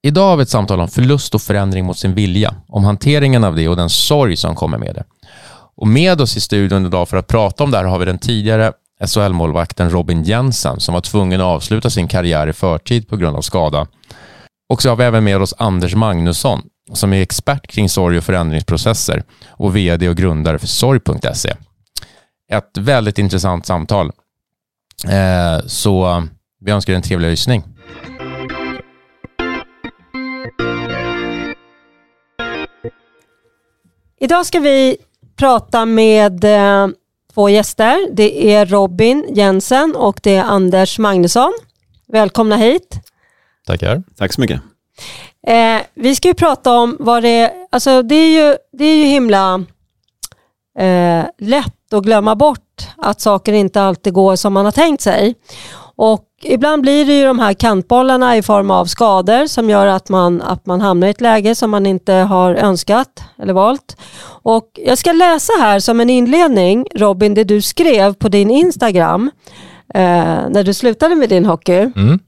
Idag har vi ett samtal om förlust och förändring mot sin vilja, om hanteringen av det och den sorg som kommer med det. Och med oss i studion idag för att prata om det här har vi den tidigare SHL-målvakten Robin Jensen som var tvungen att avsluta sin karriär i förtid på grund av skada. Och så har vi även med oss Anders Magnusson som är expert kring sorg och förändringsprocesser och vd och grundare för sorg.se. Ett väldigt intressant samtal. Så vi önskar en trevlig lyssning. Idag ska vi prata med två gäster. Det är Robin Jensen och det är Anders Magnusson. Välkomna hit. Tackar. Tack så mycket. Vi ska ju prata om vad det är. Alltså det är ju himla lätt att glömma bort att saker inte alltid går som man har tänkt sig. Och ibland blir det ju de här kantbollarna i form av skador som gör att man hamnar i ett läge som man inte har önskat eller valt. Och jag ska läsa här som en inledning, Robin, det du skrev på din Instagram när du slutade med din hockey. Mm.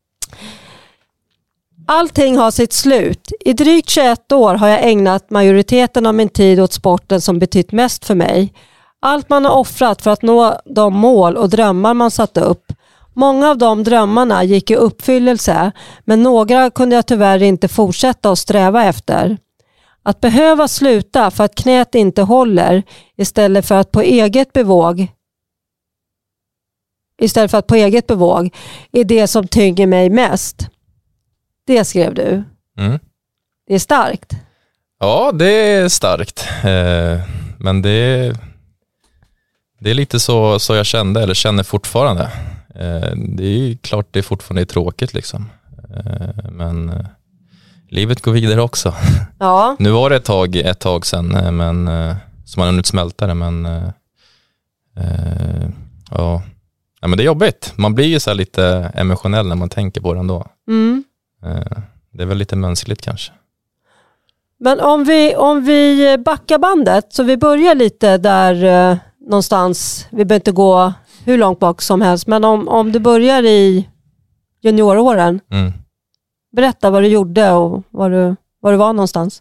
Allting har sitt slut. I drygt 21 år har jag ägnat majoriteten av min tid åt sporten som betytt mest för mig. Allt man har offrat för att nå de mål och drömmar man satt upp. Många av de drömmarna gick i uppfyllelse, men några kunde jag tyvärr inte fortsätta att sträva efter. Att behöva sluta för att knät inte håller istället för att på eget bevåg är det som tynger mig mest. Det skrev du. Mm. Det är starkt. Ja, det är starkt. Men det är lite så jag kände, eller känner fortfarande. Det är ju klart det är fortfarande tråkigt liksom. Men livet går vidare också. Ja. Nu var det ett tag sedan, men som man har hunnit smälta det, men ja. Ja, men det är jobbigt. Man blir ju så här lite emotionell när man tänker på det ändå. Mm. Det är väl lite mänskligt kanske. Men om vi backar bandet, så vi börjar lite där någonstans, vi behöver inte gå hur långt bak som helst, men om du börjar i junioråren, berätta vad du gjorde och var du var någonstans.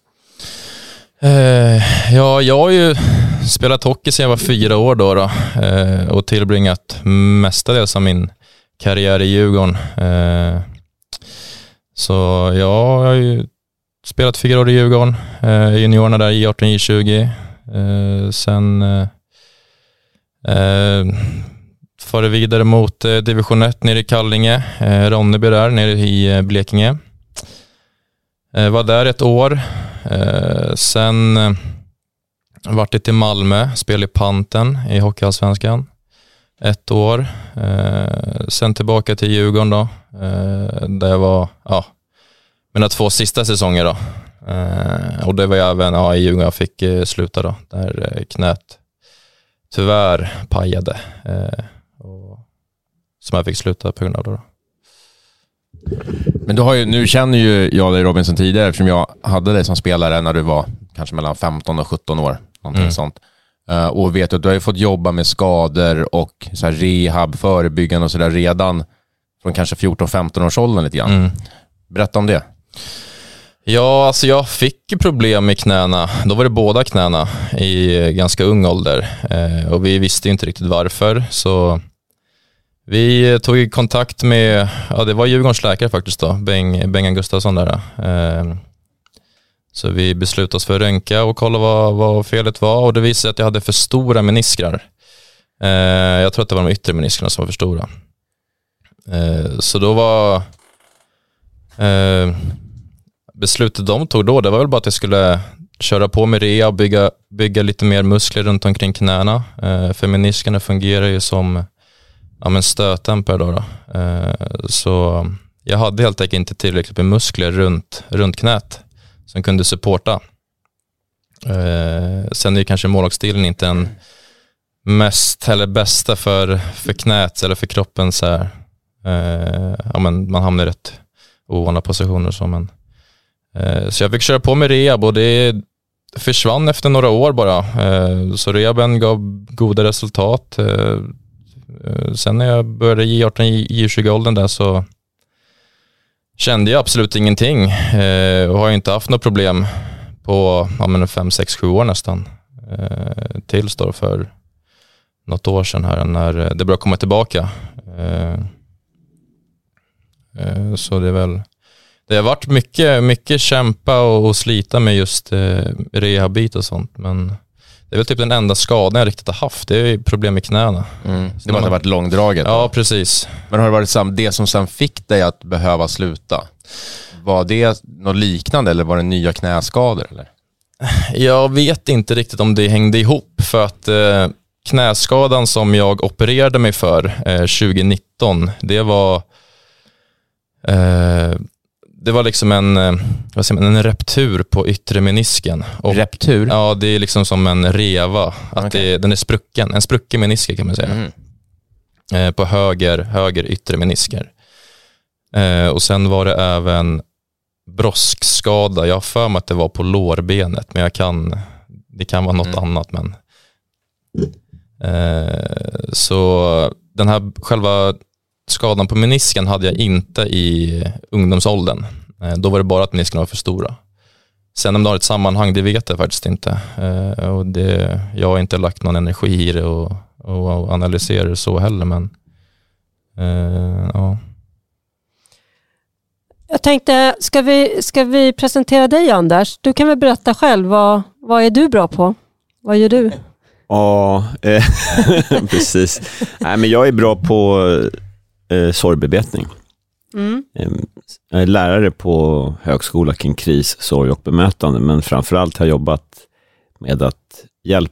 Ja, jag har ju spelat hockey sedan jag var 4 år då, och tillbringat mestadels av min karriär i Djurgården. Så jag har ju spelat 4 år i Djurgården, juniorerna där i 18, J20. Sen far vidare mot division 1 nere i Kallinge, Ronneby där nere i Blekinge. Var där 1 år. Sen vart det till Malmö, spelade i Panten i Hockeyallsvenskan 1 år. Sen tillbaka till Djurgården då, där jag var mina 2 sista säsonger då. Och det var jag även i Djurgården jag fick sluta då, där knät tyvärr pajade, och som jag fick sluta på grund av det då. Men du har ju, nu känner ju jag dig Robin sedan tidigare, eftersom jag hade dig som spelare när du var kanske mellan 15 och 17 år, någonting sånt. Och vet att du har ju fått jobba med skador och så här rehab, förebyggande och sådär redan från kanske 14-15 års åldern lite grann. Berätta om det. Ja, alltså jag fick problem med knäna. Då var det båda knäna i ganska ung ålder. Och vi visste inte riktigt varför. Så vi tog kontakt med, det var Djurgårdens läkare faktiskt då, Bengan Gustafsson där. Så vi beslutade oss för att röntga och kolla vad felet var. Och det visade sig att jag hade för stora meniskrar. Jag tror att det var de yttre meniskerna som var för stora. Så då var beslutet de tog då, det var väl bara att jag skulle köra på med rea och bygga lite mer muskler runt omkring knäna. För meniskerna fungerar ju som stötdämpare då. Så jag hade helt enkelt inte tillräckligt med muskler runt knät som kunde supporta. Sen är ju kanske målvaktsstilen inte den mest eller bästa för knät eller för kroppen så här. Man hamnar i rätt ovana positioner och så, men så jag fick köra på med rehab och det försvann efter några år bara. Så rehaben gav goda resultat. Sen när jag började i 18 J20-åldern där så kände jag absolut ingenting och har inte haft något problem på 5, 6, 7 år nästan. Tills då för något år sedan här när det började komma tillbaka. Så det är väl, det har varit mycket kämpa och slita med just rehabit och sånt, men det är väl typ den enda skadan jag riktigt har haft. Det är problem med knäna. Det måste ha varit långdraget. Ja, precis. Men har det varit det som sen fick dig att behöva sluta? Var det något liknande eller var det nya knäskador? Eller? Jag vet inte riktigt om det hängde ihop, för att knäskadan som jag opererade mig för 2019, det var liksom en reptur på yttre menisken. Och, reptur? Ja, det är liksom som en reva. Att den är sprucken. En sprucken menisker kan man säga. På höger yttre menisker. Och sen var det även broskskada. Jag har för mig att det var på lårbenet, men det kan vara något annat. Men så den här själva skadan på menisken hade jag inte i ungdomsåldern. Då var det bara att menisken var för stora. Sen om det har ett sammanhang, det vet jag faktiskt inte. Och jag har inte lagt någon energi i det och analyserar det så heller. Men ja. Jag tänkte, ska vi presentera dig, Anders? Du kan väl berätta själv, vad är du bra på? Vad gör du? Ja, precis. Nej, men jag är bra på sorgbearbetning. Jag är lärare på högskola kring kris, sorg och bemötande, men framförallt har jag jobbat med att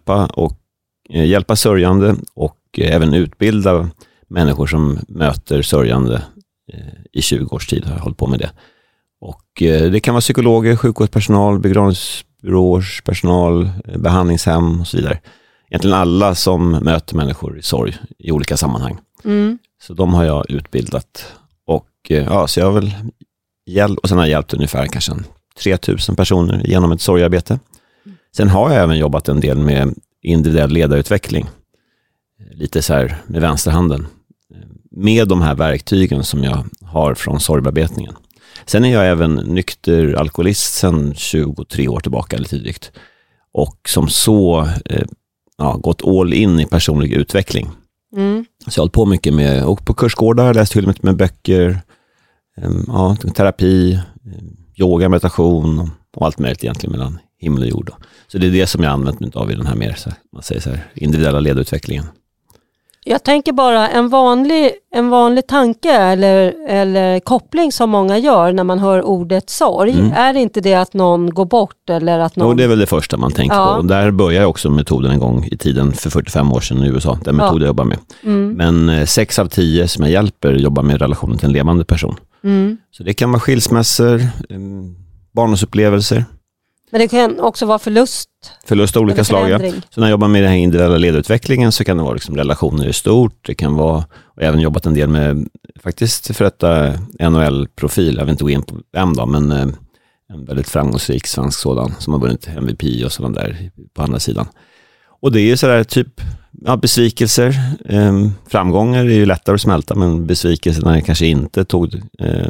hjälpa sörjande och även utbilda människor som möter sörjande. I 20 års tid har jag hållit på med det. Och det kan vara psykologer, sjukvårdspersonal, begravningsbyråers personal, behandlingshem och så vidare. Egentligen alla som möter människor i sorg i olika sammanhang. Så de har jag utbildat. Och så jag har väl sen har jag hjälpt ungefär kanske 3000 personer genom ett sorgarbete. Sen har jag även jobbat en del med individuell ledarutveckling. Lite så här med vänsterhanden. Med de här verktygen som jag har från sorgbearbetningen. Sen är jag även nykter alkoholist sedan 23 år tillbaka lite drygt. Och som gått all in i personlig utveckling. Så jag har hållit på mycket med, och på kursgårdar, läst till med böcker, terapi, yoga, meditation och allt möjligt egentligen mellan himmel och jord. Så det är det som jag använt mig av i den här mer, man säger så här, individuella ledarutvecklingen. Jag tänker bara en vanlig tanke eller koppling som många gör när man hör ordet sorg. Är inte det att någon går bort eller att någon... Jo, det är väl det första man tänker på. Och där börjar också metoden en gång i tiden för 45 år sedan i USA. Den metoden jag jobbar med. Men 6 av 10 som jag hjälper jobbar med relationen till en levande person. Så det kan vara skilsmässor, barndomsupplevelser. Men det kan också vara förlust av olika slag. Ja. Så när jag jobbar med den här individuella ledarutvecklingen så kan det vara liksom relationer i stort. Det kan vara, och även jobbat en del med faktiskt för detta NHL-profil. Jag vet inte gå in på vem då, men en väldigt framgångsrik svensk sådan som har vunnit MVP och sådant där på andra sidan. Och det är ju sådär typ besvikelser. Framgångar är ju lättare att smälta, men besvikelser när det kanske inte tog...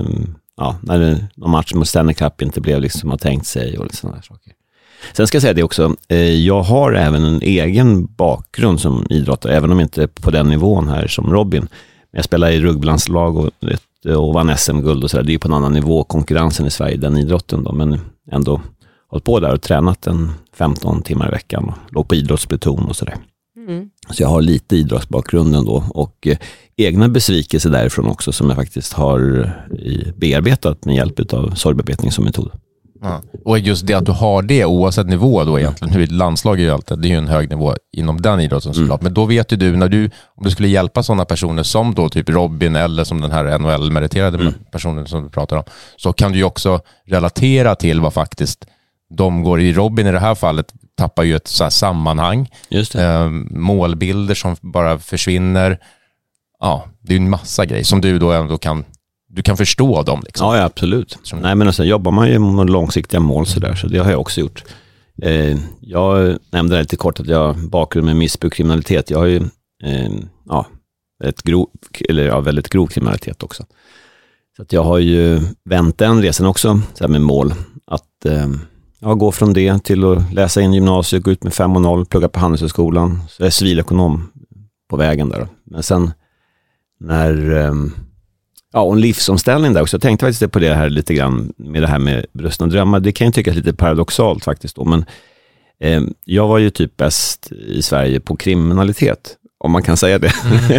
när någon match mot Stanley Cup inte blev liksom som man tänkt sig och sådana där saker. Sen ska jag säga det också, jag har även en egen bakgrund som idrottare, även om inte på den nivån här som Robin. Jag spelar i rugbylandslag och vann SM-guld och sådär. Det är ju på en annan nivå konkurrensen i Sverige, den idrotten då, men ändå hållit på där och tränat 15 timmar i veckan och låg på idrottspluton och sådär. Så jag har lite idrottsbakgrund ändå och egna besvikelser därifrån också som jag faktiskt har bearbetat med hjälp av sorgbearbetning som metod. Ja. Och just det att du har det oavsett nivå då egentligen, hur landslag är ju alltid, det är ju en hög nivå inom den idrotten såklart, men då vet ju du om du skulle hjälpa sådana personer som då typ Robin eller som den här NHL-meriterade personen som du pratar om, så kan du ju också relatera till vad faktiskt de går i. Robin i det här fallet tappar ju ett så här sammanhang. Just det. Målbilder som bara försvinner. Ja, det är ju en massa grejer som du då ändå kan förstå dem liksom. Ja, absolut. Nej, men sen jobbar man ju med långsiktiga mål så det har jag också gjort. Jag nämnde lite kort att jag har bakgrund med missbruk och kriminalitet. Jag har ju väldigt grov kriminalitet också. Så att jag har ju vänt den resan också så här med mål. Att gå från det till att läsa in gymnasiet, gå ut med 5,0, plugga på Handelshögskolan. Så jag är civilekonom på vägen där. Men sen när... och en livsomställning där också. Jag tänkte faktiskt på det här lite grann med det här med brustna drömmar. Det kan ju tyckas lite paradoxalt faktiskt då, men jag var ju typ bäst i Sverige på kriminalitet, om man kan säga det.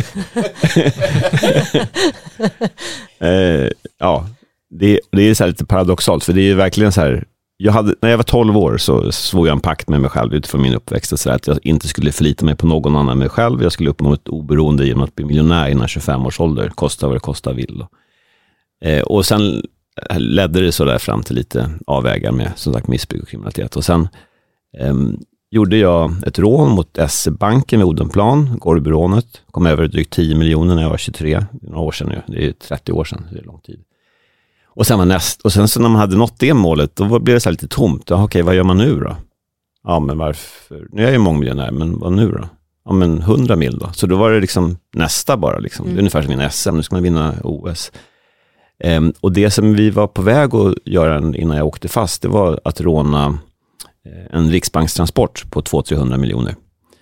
Det är så här lite paradoxalt, för det är ju verkligen så här, när jag var 12 år så svor jag en pakt med mig själv utifrån min uppväxt så att jag inte skulle förlita mig på någon annan än mig själv. Jag skulle uppnå ett oberoende genom att bli miljonär innan 25 års ålder, kosta vad det kosta vill. Och sen ledde det så där fram till lite avvägar med som sagt missbruk och kriminalitet. Och sen gjorde jag ett rån mot SE-banken med Odenplan, Gorbyrånet. Kom över drygt 10 miljoner när jag var 23, några år sedan nu. Det är 30 år sedan, det är lång tid. Och sen så när man hade nått det målet, då blev det så här lite tomt. Ja, okej, vad gör man nu då? Ja, men varför? Nu är jag ju mångmiljonär, men vad nu då? Ja, men 100 mil då. Så då var det liksom nästa bara liksom. Det är ungefär som vinna SM, nu ska man vinna OS. Och det som vi var på väg att göra innan jag åkte fast, det var att råna en riksbankstransport på 200-300 miljoner.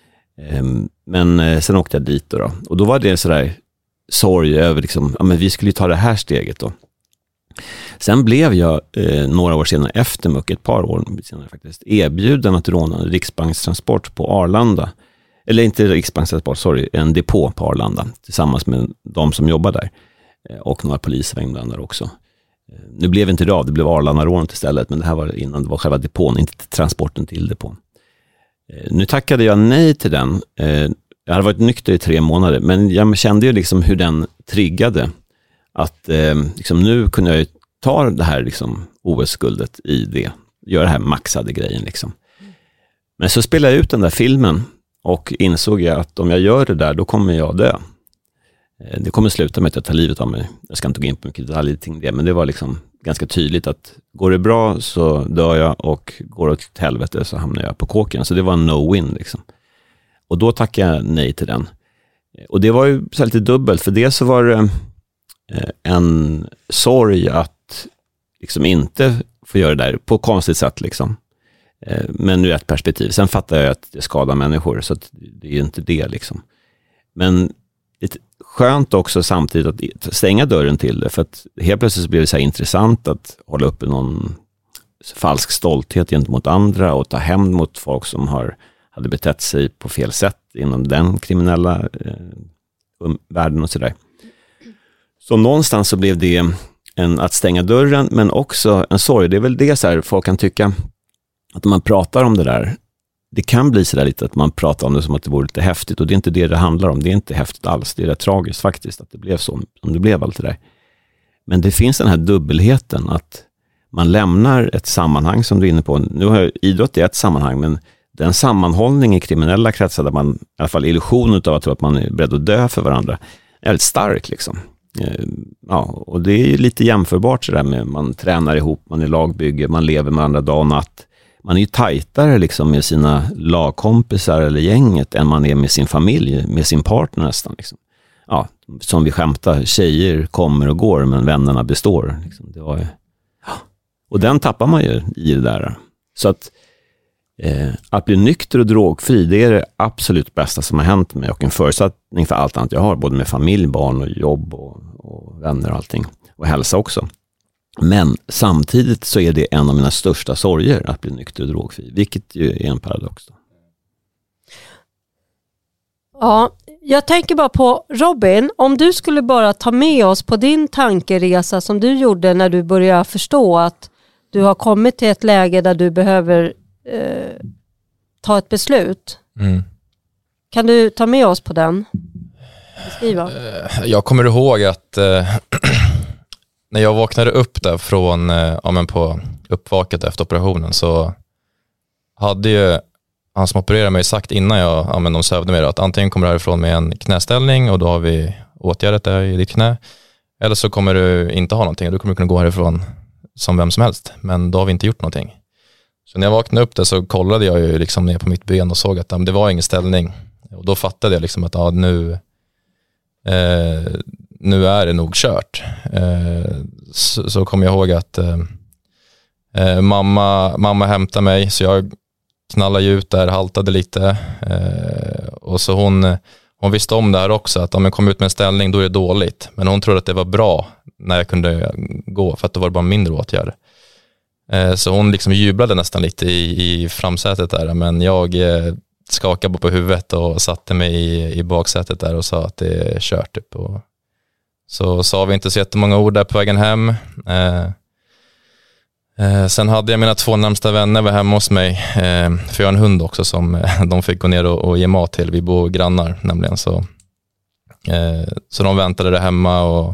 Men sen åkte jag dit då. Och då var det sådär sorg över liksom, men vi skulle ju ta det här steget då. Sen blev jag några år senare, efter mycket, ett par år senare faktiskt, erbjuden att råna en riksbankstransport på Arlanda. Eller inte riksbankstransport, en depå på Arlanda. Tillsammans med de som jobbar där. Och några poliser var inblandade också. Nu blev inte det blev Arlanda-rånet istället. Men det här var innan det var själva depån, inte transporten till depån. Nu tackade jag nej till den. Jag hade varit nykter i 3 månader. Men jag kände ju liksom hur den triggade. Att liksom, nu kunde jag ju ta det här liksom, OS-guldet i det. Göra det här maxade grejen liksom. Men så spelade jag ut den där filmen. Och insåg jag att om jag gör det där, då kommer jag dö. Det kommer sluta med att jag tar livet av mig. Jag ska inte gå in på mycket detaljer kring det. Men det var liksom ganska tydligt att går det bra så dör jag. Och går det åt helvete så hamnar jag på kåken. Så det var en no-win liksom. Och då tackade jag nej till den. Och det var ju så lite dubbelt. För det så var det en sorg att liksom inte få göra det där på konstigt sätt liksom. Men ur ett perspektiv. Sen fattar jag att det skadar människor, så att det är ju inte det liksom. Men lite skönt också samtidigt att stänga dörren till det, för att helt plötsligt så blir det så här intressant att hålla uppe någon falsk stolthet gentemot andra och ta hämnd mot folk som hade betett sig på fel sätt inom den kriminella världen och sådär. Så någonstans så blev det att stänga dörren, men också en sorg. Det är väl det så här, folk kan tycka att när man pratar om det där, det kan bli så där lite att man pratar om det som att det vore lite häftigt, och det är inte det handlar om. Det är inte häftigt alls. Det är rätt tragiskt faktiskt att det blev så som det blev allt det där. Men det finns den här dubbelheten att man lämnar ett sammanhang som du är inne på. Nu har idrott i ett sammanhang, men den sammanhållning i kriminella kretsar där man i alla fall illusionen av att tro att man är beredd att dö för varandra är väldigt stark liksom. Ja, och det är ju lite jämförbart så där med man tränar ihop, man är lagbygge, man lever med varandra dag och natt. Man är ju tajtare liksom med sina lagkompisar eller gänget än man är med sin familj, med sin partner nästan liksom. Ja, som vi skämtar, tjejer kommer och går men vännerna består liksom. Det var ju, ja. Och den tappar man ju i det där. Så att bli nykter och drogfri, det är det absolut bästa som har hänt mig, och en förutsättning för allt annat jag har, både med familj, barn och jobb och vänner och allting, och hälsa också. Men samtidigt så är det en av mina största sorger att bli nykter och drogfri, vilket ju är en paradox då. Ja, jag tänker bara på Robin, om du skulle bara ta med oss på din tankeresa som du gjorde när du började förstå att du har kommit till ett läge där du behöver ta ett beslut. Kan du ta med oss på den? Beskriva. Jag kommer ihåg att när jag vaknade upp där från på uppvaket efter operationen, så hade ju han som opererade mig sagt innan de sövde mig att antingen kommer du härifrån med en knäställning och då har vi åtgärdat det i ditt knä, eller så kommer du inte ha någonting och du kommer kunna gå härifrån som vem som helst, men då har vi inte gjort någonting. Så när jag vaknade upp där så kollade jag ju liksom ner på mitt ben och såg att det var ingen ställning, och då fattade jag liksom att nu är det nog kört. Så kommer jag ihåg att mamma hämtade mig, så jag knallade ut där, haltade lite. Och så hon visste om det här också, att om jag kom ut med en ställning då är det dåligt. Men hon trodde att det var bra när jag kunde gå, för att det var bara mindre åtgärd. Så hon liksom jublade nästan lite i framsätet där, men jag skakade på huvudet och satte mig i baksätet där och sa att det är kört typ. Och så sa vi inte så jättemånga ord där på vägen hem. Sen hade jag mina 2 närmsta vänner var hemma hos mig, för jag har en hund också som de fick gå ner och ge mat till. Vi bor grannar nämligen, så de väntade där hemma. Och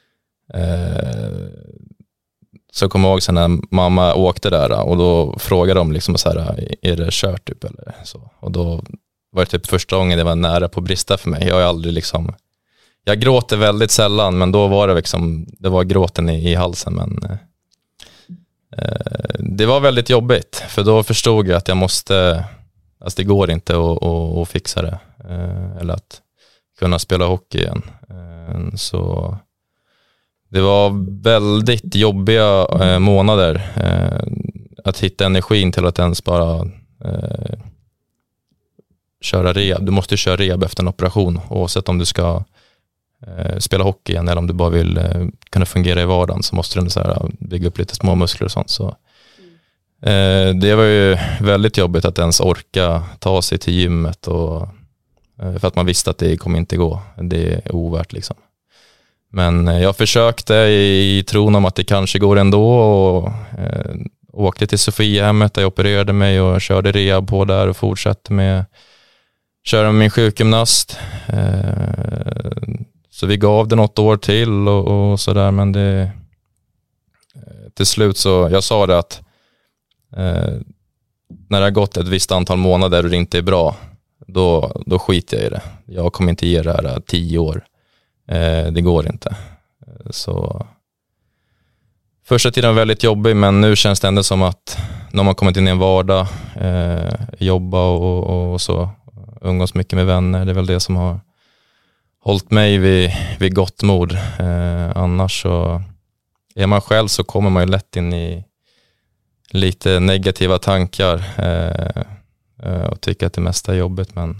så kom jag ihåg sen när mamma åkte där, och då frågade de liksom så här, är det kört typ eller så. Och då var det typ första gången det var nära på att brista för mig. Jag har aldrig liksom, jag gråter väldigt sällan, men då var det liksom, det var gråten i halsen. Men det var väldigt jobbigt, för då förstod jag att jag måste, alltså det går inte att fixa det, eller att kunna spela hockey igen. Så det var väldigt jobbiga månader att hitta energin till att ens bara köra rehab. Du måste köra rehab efter en operation, oavsett om du ska spela hockey igen eller om du bara vill kunna fungera i vardagen, så måste du så här bygga upp lite små muskler och sånt. Så det var ju väldigt jobbigt att ens orka ta sig till gymmet, och för att man visste att det kommer inte gå. Det är ovärt liksom. Men jag försökte i tron om att det kanske går ändå, och åkte till Sofiahemmet där jag opererade mig och körde rehab på där och fortsatte med köra med min sjukgymnast. Så vi gav det något år till och sådär, men det till slut så, jag sa det att när det har gått ett visst antal månader och det inte är bra, då skiter jag i det. Jag kommer inte ge det här 10 år. Det går inte. Så första tiden var väldigt jobbig, men nu känns det ändå som att när man kommit in i en vardag, jobba och så, umgås mycket med vänner, det är väl det som har hållit mig vid gott mod. Annars så är man själv, så kommer man ju lätt in i lite negativa tankar och tycker att det mesta är jobbigt, men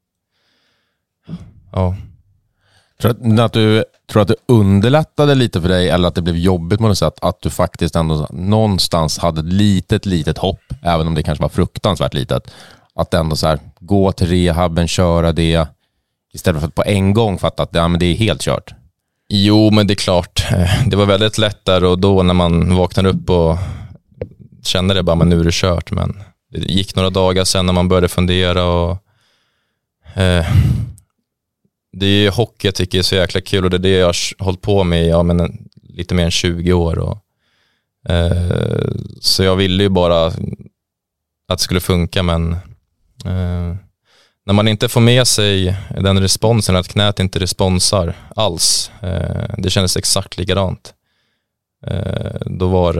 ja. Tror att det underlättade lite för dig, eller att det blev jobbigt på något sätt, att du faktiskt ändå någonstans hade ett litet hopp, även om det kanske var fruktansvärt litet, att ändå så här, gå till rehaben, köra det, istället för att på en gång fatta att men det är helt kört? Jo, men det är klart. Det var väldigt lätt där och då när man vaknade upp och kände det bara, men nu är det kört. Men det gick några dagar sen när man började fundera, och det är hockey jag tycker är så jäkla kul, och det är det jag har hållit på med lite mer än 20 år. Och, så jag ville ju bara att det skulle funka, men när man inte får med sig den responsen, att knät inte responsar alls, det kändes exakt likadant. Då var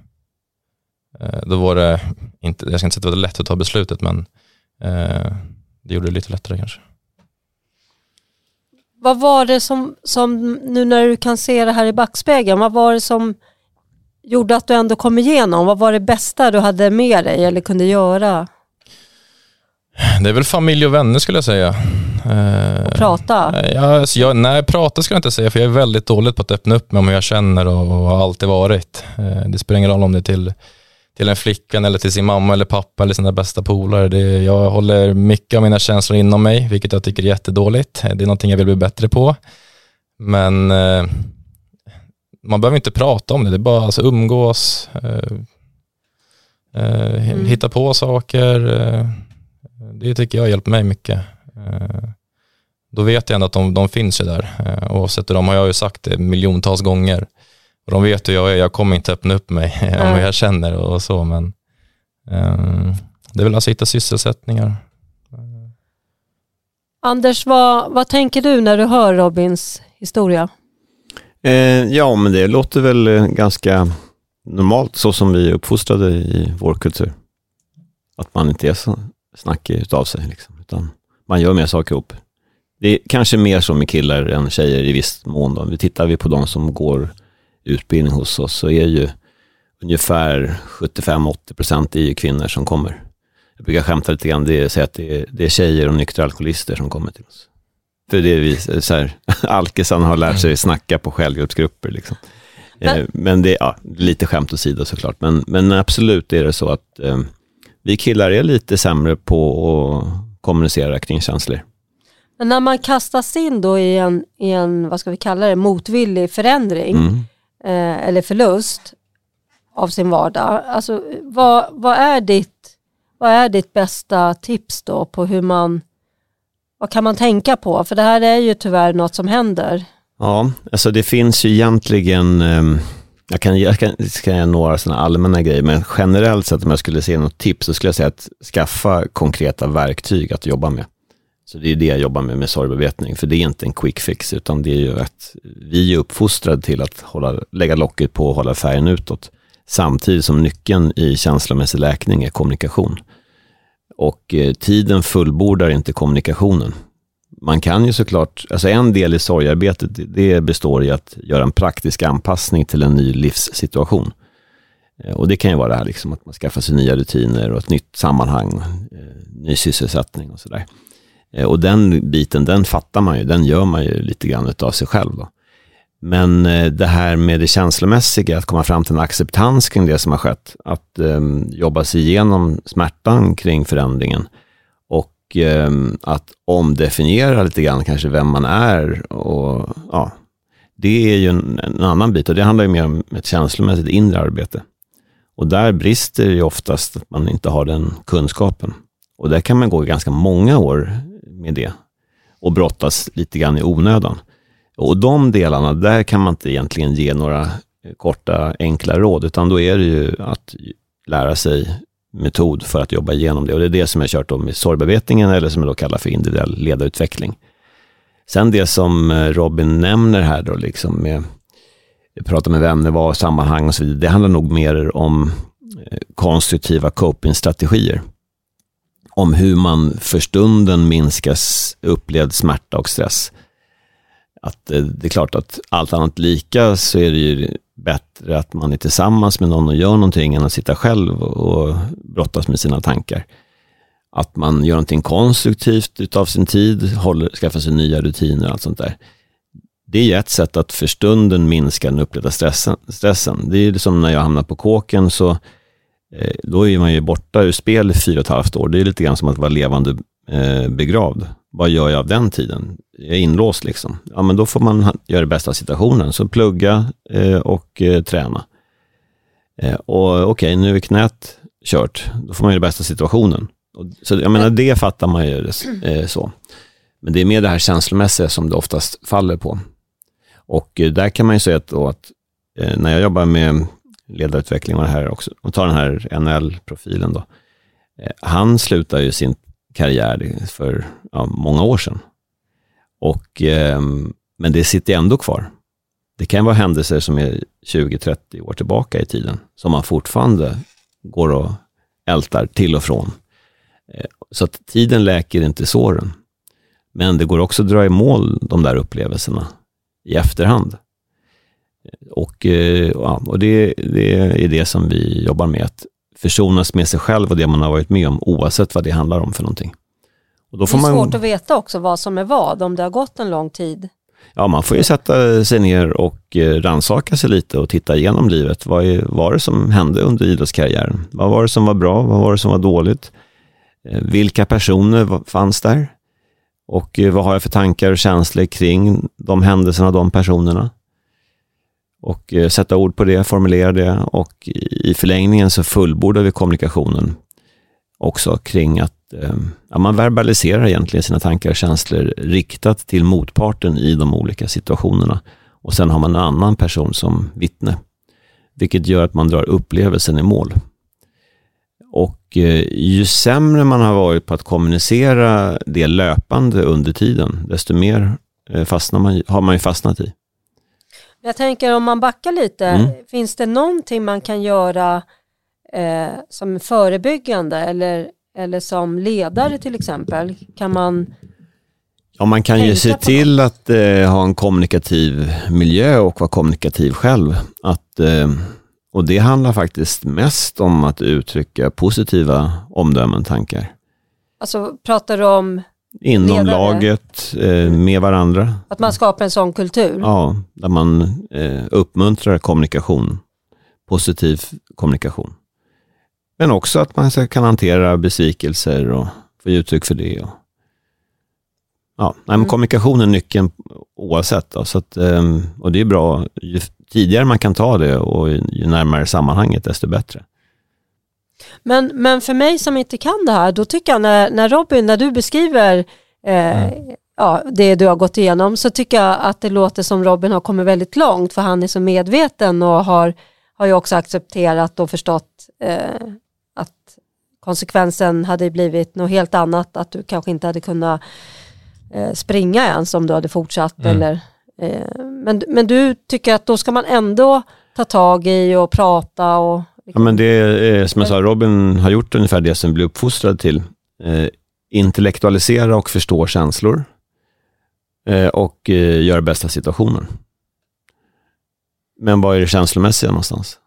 det inte, jag ska inte säga att det var lätt att ta beslutet, men det gjorde det lite lättare kanske. Vad var det som nu när du kan se det här i backspegeln, vad var det som gjorde att du ändå kom igenom? Vad var det bästa du hade med dig eller kunde göra? Det är väl familj och vänner skulle jag säga. Och prata? Nej, prata ska jag inte säga, för jag är väldigt dåligt på att öppna upp mig om hur jag känner och har alltid varit. Det spelar ingen roll om det är till en flickan eller till sin mamma eller pappa eller sina bästa polare. Jag håller mycket av mina känslor inom mig, vilket jag tycker är jättedåligt. Det är någonting jag vill bli bättre på. Men man behöver inte prata om det. Det är bara alltså, umgås, hitta på saker. Det tycker jag har hjälpt mig mycket. Då vet jag ändå att de finns ju där. Oavsett de har jag ju sagt det miljontals gånger. Och de vet hur jag kommer inte öppna upp mig om hur jag känner och så. Men det är väl alltså hitta sysselsättningar. Anders, vad tänker du när du hör Robins historia? Ja, men det låter väl ganska normalt så som vi är uppfostrade i vår kultur. Att man inte är så snackig utav sig liksom, utan man gör mer saker ihop. Det är kanske mer som med killar än tjejer i viss mån. Då. Tittar vi på de som går utbildning hos oss så är ju ungefär 75-80% är ju kvinnor som kommer. Jag brukar skämta lite grann, det är tjejer och nyktra alkoholister som kommer till oss. För det är vi så här, alkisarna har lärt sig snacka på självhjälpsgrupper liksom. Men det är lite skämt åsido såklart. Men absolut är det så att vi killar är lite sämre på att kommunicera kring känslor. Men när man kastas in då i en vad ska vi kalla det, motvillig förändring eller förlust av sin vardag. Alltså, vad är ditt bästa tips då på vad kan man tänka på? För det här är ju tyvärr något som händer. Ja, alltså det finns ju egentligen, jag ska ge några sådana allmänna grejer, men generellt sett om jag skulle se något tips så skulle jag säga att skaffa konkreta verktyg att jobba med. Så det är det jag jobbar med sorgbearbetning, för det är inte en quick fix utan det är ju att vi är uppfostrade till att lägga locket på och hålla färgen utåt. Samtidigt som nyckeln i känslomässig läkning är kommunikation. Och tiden fullbordar inte kommunikationen. Man kan ju såklart, alltså en del i sorgarbetet det består i att göra en praktisk anpassning till en ny livssituation. Och det kan ju vara det här liksom att man skaffar sig nya rutiner och ett nytt sammanhang, ny sysselsättning och sådär. Och den biten, den fattar man ju, den gör man ju lite grann utav sig själv då. Men det här med det känslomässiga, att komma fram till en acceptans kring det som har skett, att jobba sig igenom smärtan kring förändringen och att omdefiniera lite grann kanske vem man är och ja, det är ju en annan bit och det handlar ju mer om ett känslomässigt inre arbete. Och där brister ju oftast att man inte har den kunskapen. Och där kan man gå ganska många år med det och brottas lite grann i onödan. Och de delarna, där kan man inte egentligen ge några korta, enkla råd, utan då är det ju att lära sig metod för att jobba igenom det. Och det är det som jag kört om med sorgbearbetningen eller som jag då kallar för individuell ledarutveckling. Sen det som Robin nämner här då, liksom med prata med vänner, vara sammanhang och så vidare, det handlar nog mer om konstruktiva coping-strategier. Om hur man för stunden minskas upplevd smärta och stress. Att det är klart att allt annat lika så är det ju bättre att man är tillsammans med någon och gör någonting än att sitta själv och brottas med sina tankar. Att man gör någonting konstruktivt utav sin tid, skaffar sig nya rutiner och allt sånt där. Det är ju ett sätt att för stunden minska den upplevda stressen. Det är ju som när jag hamnar på kåken så då är man ju borta ur spel i 4,5 år. Det är lite grann som att vara levande begravd. Vad gör jag av den tiden? Jag är inlåst liksom. Ja, men då får man göra det bästa av situationen. Så plugga och träna. Och okej, nu är knät kört. Då får man göra det bästa av situationen. Så jag menar, det fattar man ju så. Men det är mer det här känslomässiga som det oftast faller på. Och där kan man ju säga att när jag jobbar med ledarutveckling och det här också, och tar den här NL-profilen då. Han slutar ju sin karriär för många år sedan. Men det sitter ändå kvar. Det kan vara händelser som är 20-30 år tillbaka i tiden som man fortfarande går och ältar till och från. Så att tiden läker inte såren. Men det går också att dra i mål de där upplevelserna i efterhand. Och det är det som vi jobbar med, att försonas med sig själv och det man har varit med om, oavsett vad det handlar om för någonting. Och då får det är svårt att veta också vad som är vad, om det har gått en lång tid. Ja, man får ju sätta sig ner och rannsaka sig lite och titta igenom livet. Vad var det som hände under idrottskarriären? Vad var det som var bra? Vad var det som var dåligt? Vilka personer fanns där? Och vad har jag för tankar och känslor kring de händelserna, de personerna? Och sätta ord på det, formulera det, och i förlängningen så fullbordar vi kommunikationen också kring att man verbaliserar egentligen sina tankar och känslor riktat till motparten i de olika situationerna. Och sen har man en annan person som vittne, vilket gör att man drar upplevelsen i mål. Och ju sämre man har varit på att kommunicera det löpande under tiden, desto mer har man ju fastnat i. Jag tänker, om man backar lite, finns det någonting man kan göra som förebyggande eller som ledare till exempel? Kan man Ja, man kan ju se till att ha en kommunikativ miljö och vara kommunikativ själv. Och det handlar faktiskt mest om att uttrycka positiva omdömen, tankar. Alltså pratar du om inom ledare? Laget, med varandra. Att man skapar en sån kultur? Ja, där man uppmuntrar kommunikation. Positiv kommunikation. Men också att man kan hantera besvikelser och få uttryck för det. Men kommunikation är nyckeln oavsett. Då, så att, och det är bra. Ju tidigare man kan ta det och ju närmare sammanhanget desto bättre. Men för mig som inte kan det här, då tycker jag när Robin, när du beskriver det du har gått igenom, så tycker jag att det låter som Robin har kommit väldigt långt, för han är så medveten och har ju också accepterat och förstått att konsekvensen hade blivit något helt annat, att du kanske inte hade kunnat springa ens om du hade fortsatt. Eller, men du tycker att då ska man ändå ta tag i och prata och... Ja, men det är som jag sa, Robin har gjort ungefär det som blir uppfostrad till. Intellektualisera och förstå känslor och göra bästa situationer. Men vad är det känslomässiga någonstans?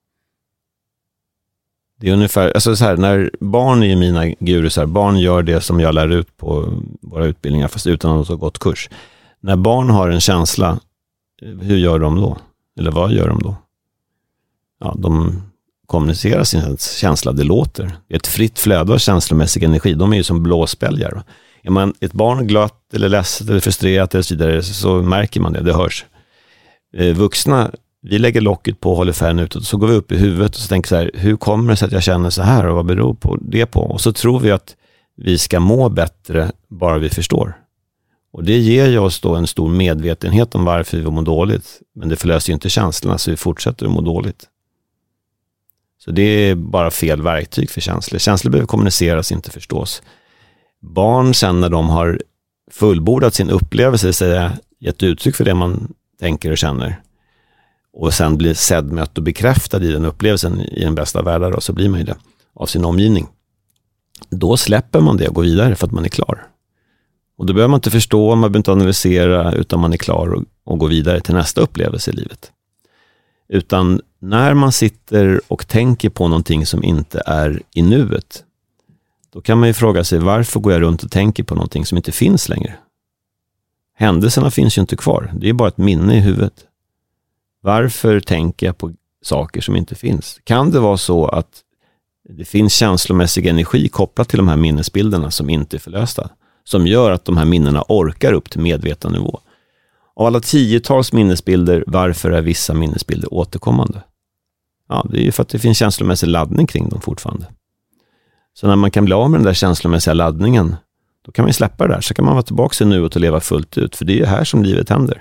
Det är ungefär, alltså så här, när barn är mina gurusar, barn gör det som jag lär ut på våra utbildningar fast utan att ha gått kurs. När barn har en känsla, hur gör de då? Eller vad gör de då? Ja, de kommunicerar sin känsla, det låter. Det är ett fritt flöde av känslomässig energi. De är ju som blåspälgar. Är man ett barn glatt eller ledset eller frustrerat eller så vidare, så märker man det, det hörs. Vuxna, vi lägger locket på och håller färgen utåt, så går vi upp i huvudet och så tänker så här, hur kommer det sig att jag känner så här och vad beror på det på? Och så tror vi att vi ska må bättre bara vi förstår. Och det ger ju oss då en stor medvetenhet om varför vi mår dåligt, men det förlöser ju inte känslorna, så vi fortsätter att må dåligt. Så det är bara fel verktyg för känslor. Känslor behöver kommuniceras, inte förstås. Barn sen när de har fullbordat sin upplevelse, säga, gett uttryck för det man tänker och känner, och sen blir sedd, mött och bekräftad i den upplevelsen i den bästa världen, och så blir man ju det av sin omgivning. Då släpper man det och går vidare för att man är klar. Och då behöver man inte förstå, man behöver inte analysera, utan man är klar och går vidare till nästa upplevelse i livet. Utan när man sitter och tänker på någonting som inte är i nuet, då kan man ju fråga sig, varför går jag runt och tänker på någonting som inte finns längre? Händelserna finns ju inte kvar, det är bara ett minne i huvudet. Varför tänker jag på saker som inte finns? Kan det vara så att det finns känslomässig energi kopplat till de här minnesbilderna som inte är förlösta, som gör att de här minnena orkar upp till medvetandenivå? Av alla tiotals minnesbilder, varför är vissa minnesbilder återkommande? Ja, det är ju för att det finns känslomässig laddning kring dem fortfarande. Så när man kan bli av med den där känslomässiga laddningen, då kan man släppa det där, så kan man vara tillbaka i nuet och leva fullt ut, för det är ju här som livet händer.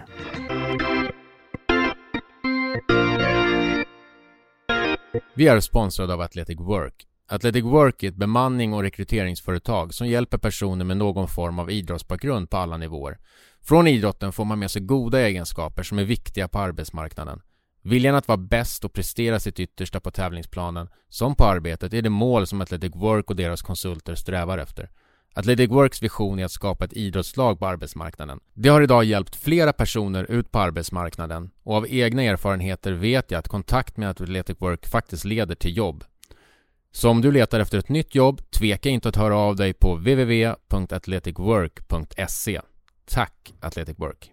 Vi är sponsrade av Athletic Work. Athletic Work är ett bemanning- och rekryteringsföretag som hjälper personer med någon form av idrottsbakgrund på alla nivåer. Från idrotten får man med sig goda egenskaper som är viktiga på arbetsmarknaden. Viljan att vara bäst och prestera sitt yttersta på tävlingsplanen som på arbetet är det mål som Athletic Work och deras konsulter strävar efter. Athletic Works vision är att skapa ett idrottslag på arbetsmarknaden. Det har idag hjälpt flera personer ut på arbetsmarknaden, och av egna erfarenheter vet jag att kontakt med Athletic Work faktiskt leder till jobb. Så om du letar efter ett nytt jobb, tveka inte att höra av dig på www.athleticwork.se. Tack Athletic Work.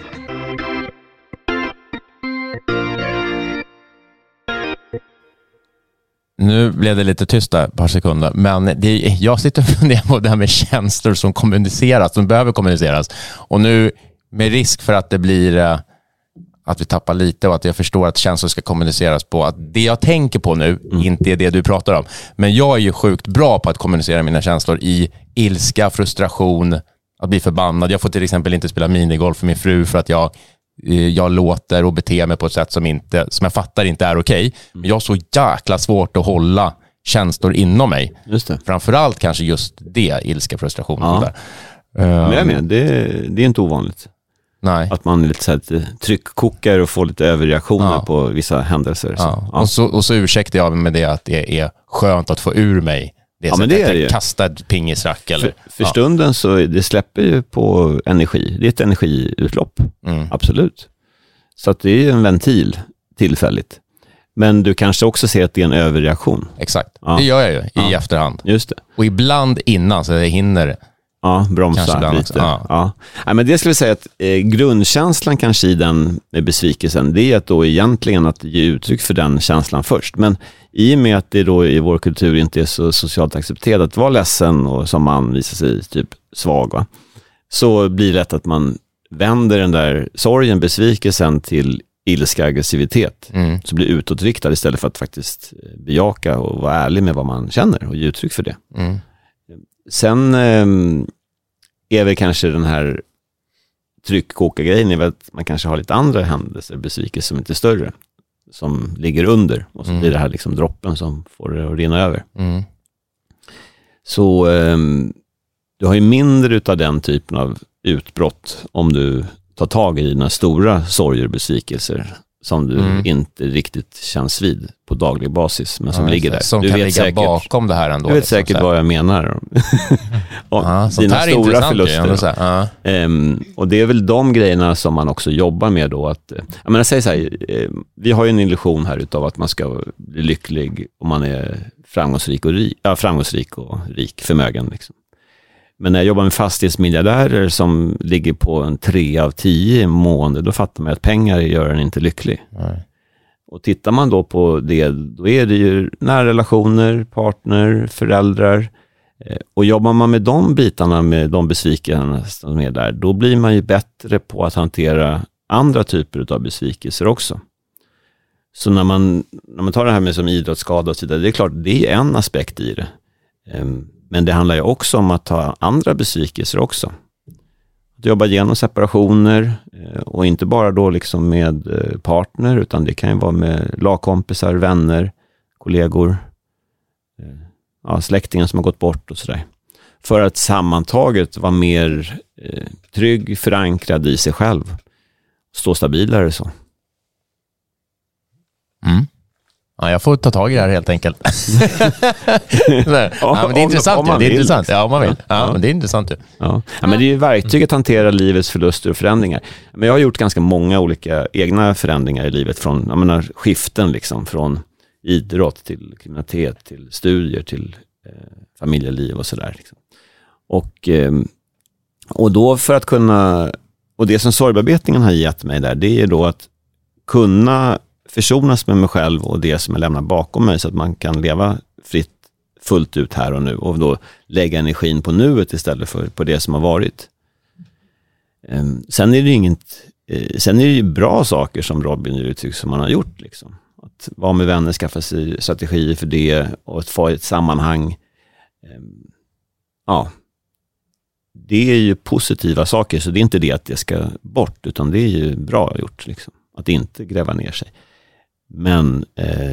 Nu blev det lite tyst där ett par sekunder, men jag sitter och funderar på det här med känslor som kommuniceras, som behöver kommuniceras. Och nu med risk för att det blir att vi tappar lite och att jag förstår att känslor ska kommuniceras på, att det jag tänker på nu inte är det du pratar om. Men jag är ju sjukt bra på att kommunicera mina känslor i ilska, frustration, att bli förbannad. Jag får till exempel inte spela minigolf för min fru för att jag låter och beter mig på ett sätt som jag fattar inte är okej. Men jag har så jäkla svårt att hålla känslor inom mig. Just det. Framförallt kanske just det, ilska, frustration. Ja. Där. Men det är inte ovanligt. Nej. Att man är lite tryckkokar och får lite överreaktioner på vissa händelser. Ja. Och så ursäktar jag med det att det är skönt att få ur mig Det men det är det ju. Kasta ett pingisrack eller... För stunden så det släpper ju på energi. Det är ett energiutlopp. Absolut. Så att det är ju en ventil tillfälligt. Men du kanske också ser att det är en överreaktion. Exakt. Det gör jag ju i efterhand. Just det. Och ibland innan så det hinner... Ja, bromsa lite. Ja. Ja, men det skulle jag säga att grundkänslan kanske i den besvikelsen, det är att då egentligen att ge uttryck för den känslan först. Men i och med att det då i vår kultur inte är så socialt accepterat att vara ledsen och som man visar sig typ svag, va? Så blir det lätt att man vänder den där sorgen, besvikelsen till ilska, aggressivitet. Så blir utåtriktad istället för att faktiskt bejaka och vara ärlig med vad man känner och ge uttryck för det. Sen är väl kanske den här tryckkokagrejen är väl att man kanske har lite andra händelser, besvikelse som inte är större, som ligger under och så blir det här liksom droppen som får det att rinna över. Så du har ju mindre utav den typen av utbrott om du tar tag i dina stora sorger och besvikelser som du inte riktigt känns vid på daglig basis, men som ligger där. Som du kan vet ligga säkert, bakom det här ändå. Du vet säkert vad jag menar. Dina stora förluster. Och det är väl de grejerna som man också jobbar med då. Att, jag menar, säg så här, vi har ju en illusion här utav att man ska bli lycklig om man är framgångsrik och rik, förmögen liksom. Men när jag jobbar med fastighetsmiljardärer som ligger på en 3 av 10 månader, då fattar man att pengar gör en inte lycklig. Nej. Och tittar man då på det, då är det ju nära relationer, partner, föräldrar. Och jobbar man med de bitarna, med de besvikelserna som är där, då blir man ju bättre på att hantera andra typer av besvikelser också. Så när man tar det här med som idrottsskada och så vidare, det är klart, det är en aspekt i det. Men det handlar ju också om att ta andra besvikelser också. Att jobba igenom separationer och inte bara då liksom med partner, utan det kan ju vara med lagkompisar, vänner, kollegor, släktingen som har gått bort och sådär. För att sammantaget vara mer trygg, förankrad i sig själv. Stå stabilare så. Ja, jag får ta tag i det här helt enkelt. Men det är intressant. Det är intressant. Ja, om man vill. Ja, men det är intressant. Ja, men det är ju verktyg att hantera livets förluster och förändringar. Men jag har gjort ganska många olika egna förändringar i livet, från skiften liksom, från idrott till kriminalitet, till studier, till familjeliv och sådär liksom. Och då för att kunna, och det som sorgbearbetningen har gett mig där, det är då att kunna försonas med mig själv och det som jag lämnar bakom mig, så att man kan leva fritt, fullt ut här och nu, och då lägga energin på nuet istället för på det som har varit. Sen är det ju bra saker som Robin uttrycker som man har gjort liksom. Att vara med vänner, skaffa sig strategier för det och att få ett sammanhang. Det är ju positiva saker, så det är inte det att det ska bort, utan det är ju bra gjort liksom. Att inte gräva ner sig. Men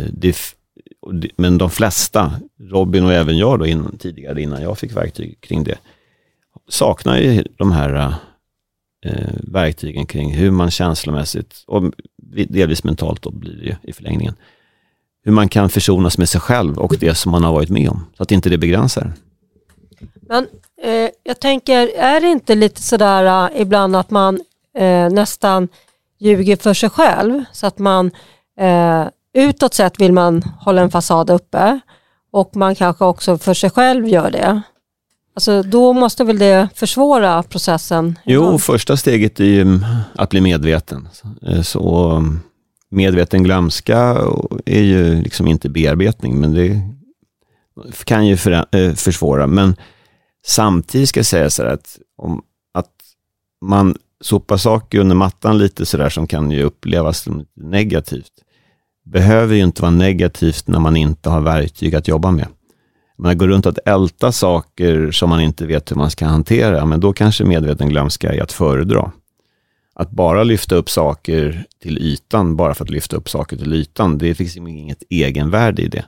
de flesta, Robin och även jag då innan jag fick verktyg kring det, saknar ju de här verktygen kring hur man känslomässigt och delvis mentalt då blir det ju i förlängningen, hur man kan försonas med sig själv och det som man har varit med om, så att inte det begränsar. Men jag tänker, är det inte lite sådär ibland att man nästan ljuger för sig själv, så att man utåt sett vill man hålla en fasad uppe, och man kanske också för sig själv gör det. Alltså då måste väl det försvåra processen? Jo, första steget är ju att bli medveten. Så medveten glömska är ju liksom inte bearbetning, men det kan ju försvåra. Men samtidigt ska jag säga så här att man sopar saker under mattan lite sådär som kan ju upplevas som negativt. Behöver ju inte vara negativt när man inte har verktyg att jobba med. Man går runt att älta saker som man inte vet hur man ska hantera, men då kanske medveten glömska är att föredra. Att bara lyfta upp saker till ytan, bara för att lyfta upp saker till ytan, det finns inget egenvärde i det.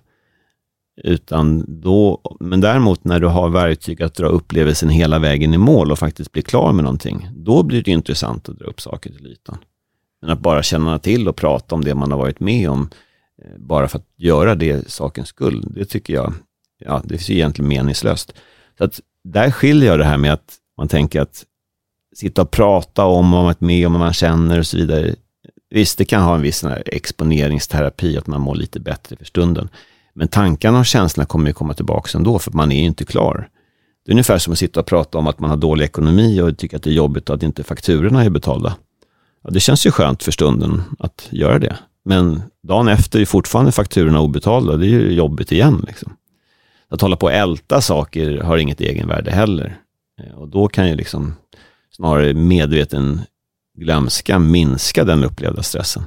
Men däremot när du har verktyg att dra upplevelsen hela vägen i mål och faktiskt bli klar med någonting, då blir det intressant att dra upp saker till ytan. Men att bara känna till och prata om det man har varit med om bara för att göra det sakens skull, det tycker jag det är ju egentligen meningslöst. Så att där skiljer jag det här med att man tänker att sitta och prata om vad man är med om, vad man känner och så vidare. Visst, det kan ha en viss sån här exponeringsterapi, att man mår lite bättre för stunden. Men tankarna och känslorna kommer ju komma tillbaka ändå, för man är ju inte klar. Det är ungefär som att sitta och prata om att man har dålig ekonomi och tycker att det är jobbigt att inte fakturorna är betalda. Ja, det känns ju skönt för stunden att göra det. Men dagen efter är fortfarande fakturorna obetalda. Det är ju jobbigt igen. Liksom. Att hålla på och älta saker har inget egenvärde heller. Och då kan ju liksom snarare medveten glömska minska den upplevda stressen.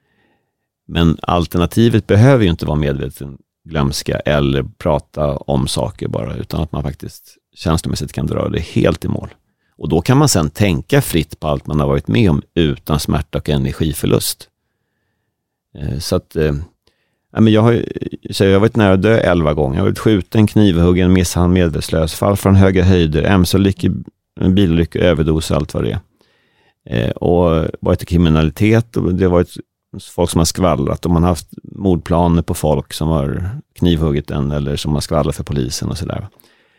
Men alternativet behöver ju inte vara medveten glömska eller prata om saker bara, utan att man faktiskt känslomässigt kan dra det helt i mål. Och då kan man sen tänka fritt på allt man har varit med om utan smärta och energiförlust. Så att jag har varit nära att dö 11 gånger. Jag har varit skjuten, knivhuggen, misshandlad, medvetslös, fall från höga höjder, MC-olyckor, bilolyckor, överdos och allt vad det är. Och varit i kriminalitet, och det har varit folk som har skvallrat, och man har haft mordplaner på folk som har knivhuggit en eller som har skvallrat för polisen och sådär.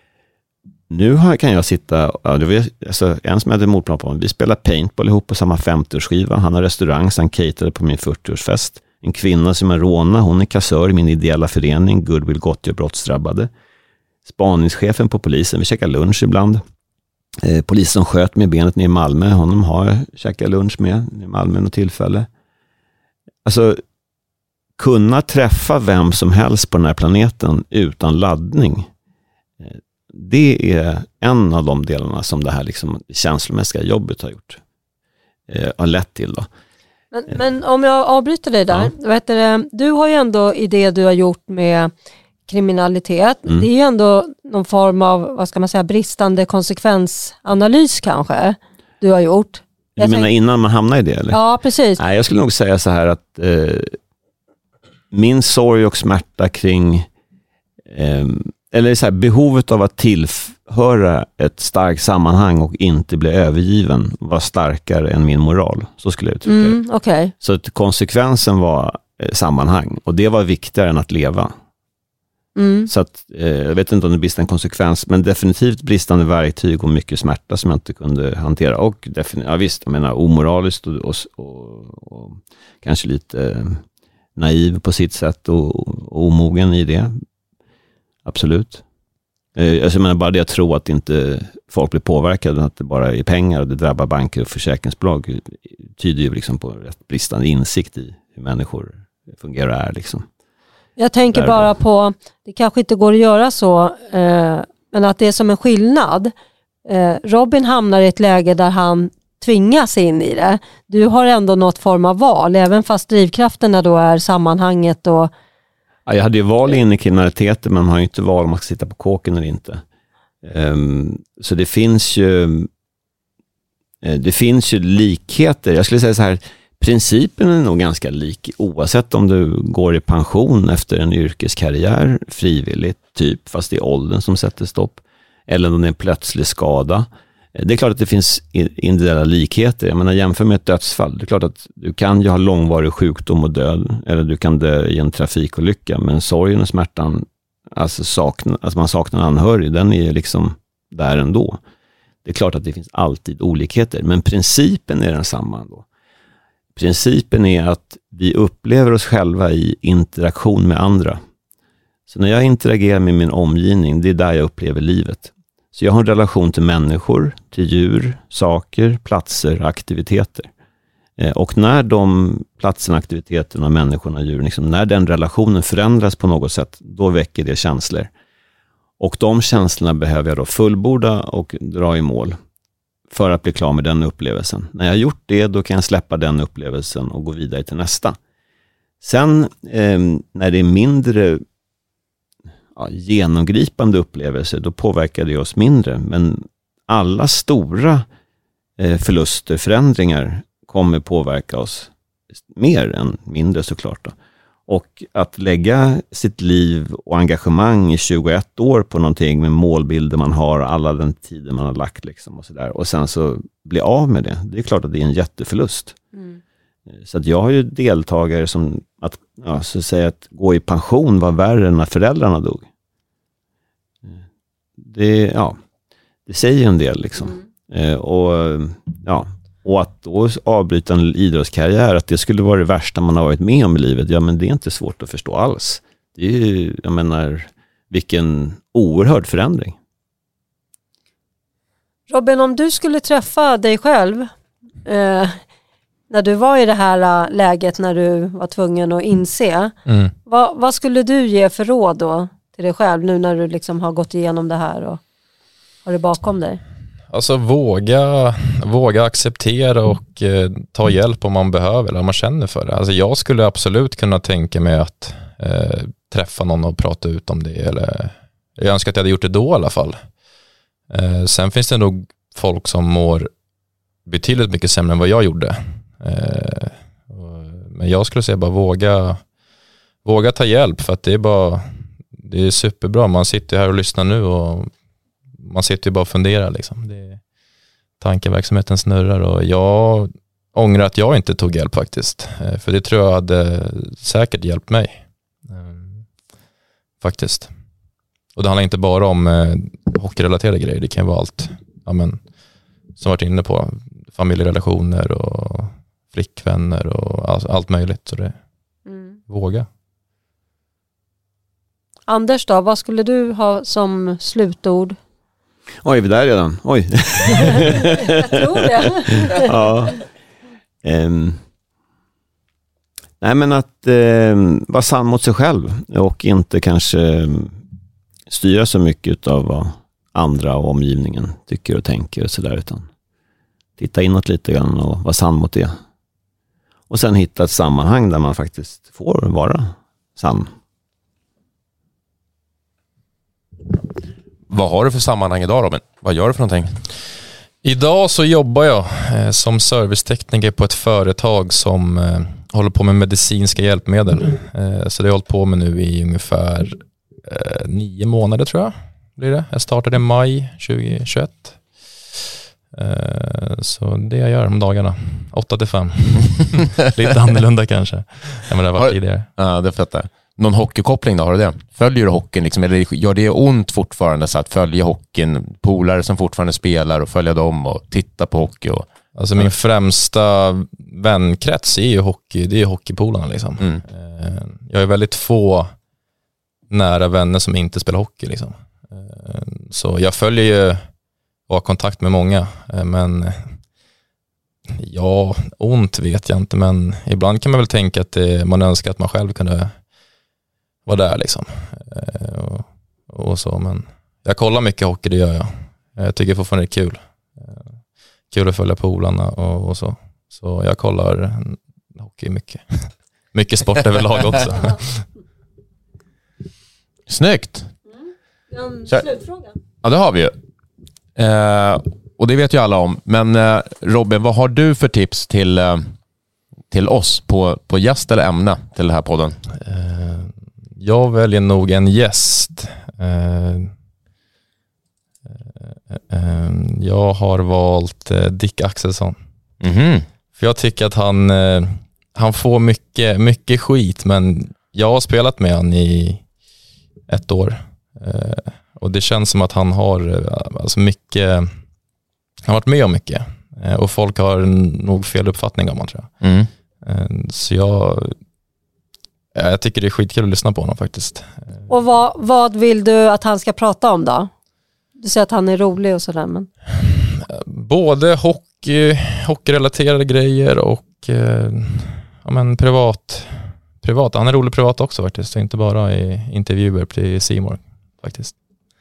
Nu kan jag sitta, en som hade mordplan på mig, vi spelar paintball ihop på samma 50-årsskiva, han har restaurang så han caterade på min 40-årsfest. En kvinna som är råna, hon är kassör i min ideella förening Goodwill Gottgör brottsdrabbade. Spaningschefen på polisen, vi käkar lunch ibland. Polisen som sköt med benet ner i Malmö, honom har jag käkat lunch med i Malmö något tillfälle. Alltså, kunna träffa vem som helst på den här planeten utan laddning, det är en av de delarna som det här liksom känslomässiga jobbet har lett till då. Men om jag avbryter dig där, du har ju ändå i det du har gjort med kriminalitet, det är ju ändå någon form av, vad ska man säga, bristande konsekvensanalys kanske du har gjort. Du menar innan man hamnar i det, eller? Ja, precis. Nej, jag skulle nog säga så här att min sorg och smärta kring eller så här, behovet av att tillhöra ett starkt sammanhang och inte bli övergiven var starkare än min moral. Så skulle jag uttrycka det. Okay. Så att konsekvensen var sammanhang, och det var viktigare än att leva. Så att, jag vet inte om det är bristande konsekvens, men definitivt bristande verktyg och mycket smärta som jag inte kunde hantera. Och visst, jag menar omoraliskt och kanske lite naiv på sitt sätt och omogen i det. Absolut. Jag menar bara det, att tro att inte folk blir påverkade, att det bara är pengar och det drabbar banker och försäkringsbolag, tyder ju liksom på rätt bristande insikt i hur människor fungerar och är liksom. Jag tänker bara på, det kanske inte går att göra så, men att det är som en skillnad. Robin hamnar i ett läge där han tvingas in i det. Du har ändå något form av val, även fast drivkrafterna då är sammanhanget och... Ja, jag hade ju val in i kriminaliteten, men man har ju inte val om man ska sitta på kåken eller inte. Så det finns ju likheter. Jag skulle säga så här, principen är nog ganska lik oavsett om du går i pension efter en yrkeskarriär frivilligt, typ, fast det är åldern som sätter stopp, eller om det är en plötslig skada. Det är klart att det finns individuella likheter. Jag menar, jämför med ett dödsfall. Det är klart att du kan ju ha långvarig sjukdom och död, eller du kan dö i en trafikolycka, men sorgen och smärtan, alltså man saknar en anhörig, den är liksom där ändå. Det är klart att det finns alltid olikheter, men principen är densamma ändå. Principen är att vi upplever oss själva i interaktion med andra. Så när jag interagerar med min omgivning, det är där jag upplever livet. Så jag har en relation till människor, till djur, saker, platser, aktiviteter. Och när de platserna, aktiviteterna, människorna, djuren, liksom, när den relationen förändras på något sätt, då väcker det känslor. Och de känslorna behöver jag då fullborda och dra i mål för att bli klar med den upplevelsen. När jag har gjort det, då kan jag släppa den upplevelsen och gå vidare till nästa. Sen när det är mindre genomgripande upplevelser, då påverkar det oss mindre. Men alla stora förluster, förändringar kommer påverka oss mer än mindre, såklart då. Och att lägga sitt liv och engagemang i 21 år på någonting med målbilder man har, alla den tiden man har lagt liksom och sådär, och sen så bli av med det. Det är klart att det är en jätteförlust. Så att jag har ju deltagare som så att säga, att gå i pension var värre än när föräldrarna dog. det säger en del liksom. Och att då avbryta en idrottskarriär, att det skulle vara det värsta man har varit med om i livet, men det är inte svårt att förstå alls. Det är ju, jag menar, vilken oerhörd förändring. Robin, om du skulle träffa dig själv när du var i det här läget när du var tvungen att inse, vad skulle du ge för råd då till dig själv nu när du liksom har gått igenom det här och har det bakom dig? Alltså våga acceptera och ta hjälp om man behöver eller om man känner för det. Alltså jag skulle absolut kunna tänka mig att träffa någon och prata ut om det. Eller, jag önskar att jag hade gjort det då i alla fall. Sen finns det nog folk som mår betydligt mycket sämre än vad jag gjorde. Men jag skulle säga bara våga ta hjälp, för att det är superbra. Man sitter här och lyssnar nu och man sitter ju bara och funderar liksom. Tankeverksamheten snurrar och jag ångrar att jag inte tog hjälp faktiskt. För det tror jag hade säkert hjälpt mig. Faktiskt. Och det handlar inte bara om hockeyrelaterade grejer. Det kan vara allt. Ja, men, som varit inne på. Familjerelationer och flickvänner och allt möjligt. Så det våga. Anders då, vad skulle du ha som slutord? Oj, är vi där redan? Oj. Jag tror det. Ja. Nej, men att vara sann mot sig själv och inte kanske styra så mycket av vad andra och omgivningen tycker och tänker och sådär, utan titta inåt lite grann och vara sann mot det. Och sen hitta ett sammanhang där man faktiskt får vara sann. Vad har du för sammanhang idag, Robin? Vad gör du för någonting? Idag så jobbar jag som servicetekniker på ett företag som håller på med medicinska hjälpmedel. Så det har jag hållit på med nu i ungefär 9 månader tror jag. Blir det. Jag startade i maj 2021. Så det jag gör om dagarna. 8-5. Lite annorlunda kanske än vad det var tidigare. Ja, det är fett det. Någon hockeykoppling då, har du det? Följer du hockeyn liksom, eller gör det ont fortfarande så att följa hockeyn, polare som fortfarande spelar och följa dem och titta på hockey? Och... Alltså min främsta vänkrets är ju hockey, det är hockeypolarna liksom. Jag är väldigt få nära vänner som inte spelar hockey liksom. Så jag följer ju och har kontakt med många, men ja, ont vet jag inte, men ibland kan man väl tänka att man önskar att man själv kunde vara där liksom. Och så, men jag kollar mycket hockey, det gör jag. Jag tycker fortfarande det är kul. Kul att följa polarna och så. Så jag kollar hockey mycket. Mycket sport överlag också. Snyggt. En slutfråga. Ja, det har vi ju. Och det vet ju alla om. Men Robin, vad har du för tips till oss på gäst eller ämne till den här podden? Jag väljer nog en gäst. Jag har valt Dick Axelsson. För jag tycker att han får mycket skit, men jag har spelat med han i 1 år. Och det känns som att han har alltså mycket, han har varit med om mycket. Och folk har nog fel uppfattning om han, tror jag. Så jag tycker det är skitkul att lyssna på honom faktiskt. Och vad vill du att han ska prata om då? Du säger att han är rolig och sådär, men... Både hockeyrelaterade grejer och privat. Han är rolig privat också faktiskt, inte bara i intervjuer till C More faktiskt.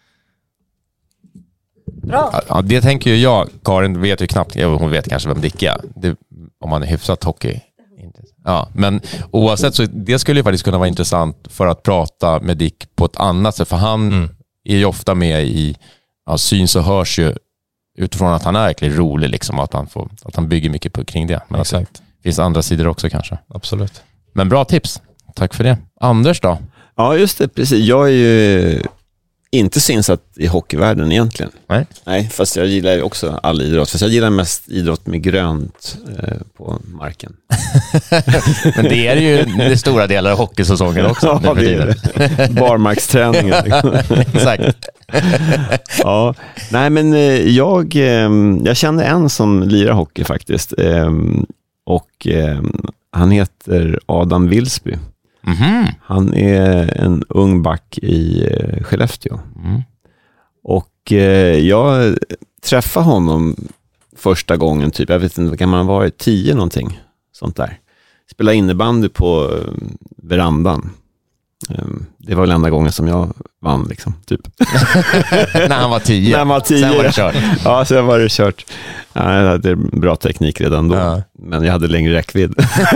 Bra. Ja, det tänker ju jag. Karin vet ju knappt, hon vet kanske vem Dick är. Om man är hyfsat hockey. Ja, men oavsett så det skulle ju faktiskt kunna vara intressant för att prata med Dick på ett annat sätt, för han är ju ofta med i syns och hörs ju utifrån att han är verkligen rolig liksom, att han bygger mycket kring det. Men exakt. Det finns andra sidor också kanske. Absolut. Men bra tips. Tack för det. Anders då? Ja, just det, precis. Jag är ju inte så insatt i hockeyvärlden egentligen. Nej, fast jag gillar ju också all idrott. Fast jag gillar mest idrott med grönt på marken. Men det är ju det stora delar av hockeysäsongen också. Ja, det är det. Barmarksträningen. Exakt. Ja, nej men jag kände en som lirar hockey faktiskt. Och han heter Adam Wilsby. Mhm. Han är en ung back i Skellefteå. Mm. Och jag träffade honom första gången, typ, jag vet inte, vad kan man vara, 10 någonting, sånt där. Spelade innebandy på verandan. Det var väl enda gången som jag vann, liksom, typ. När han var 10. När han var 10. Sen var det kört. Ja, sen var det kört. Ja, jag hade bra teknik redan då, Ja. men jag hade längre räckvidd.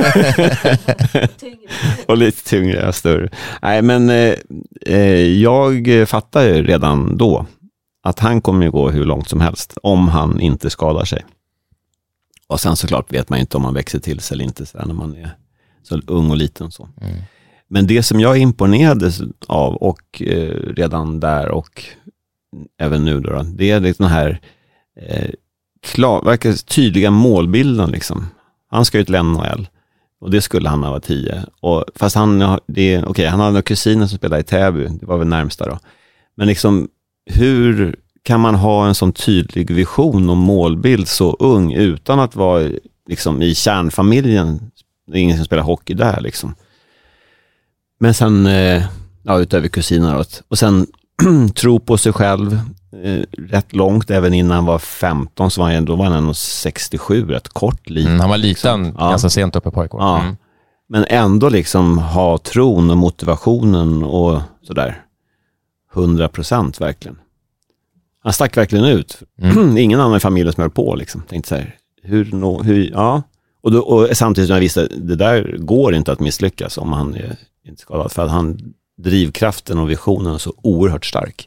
Och lite tyngre och större. Nej, men jag fattar ju redan då att han kommer ju gå hur långt som helst om han inte skadar sig. Och sen såklart vet man inte om man växer till sig eller inte så när man är så ung och liten så. Mm. Men det som jag imponerades av och redan där och även nu då, det är liksom den här verkar tydliga målbilden liksom. Han ska ju till NHL och det skulle han när han var 10. Och fast han hade några kusiner som spelade i Täby, det var väl närmsta då. Men liksom, hur kan man ha en sån tydlig vision och målbild så ung utan att vara liksom i kärnfamiljen? Det är ingen som spelar hockey där liksom. Men sen, utöver kusiner och sen tro på sig själv rätt långt, även innan han var 15 så var han ändå 67, rätt kort liten. Han var liten, liksom. ganska sent uppe på pojkår. Ja. Mm. Men ändå liksom ha tron och motivationen och sådär 100% verkligen. Han stack verkligen ut. Ingen annan i familjen som höll på liksom. Tänkte så här, hur ja. Och samtidigt som jag visste, det där går inte att misslyckas om han är inte skadad, för att drivkraften och visionen är så oerhört stark.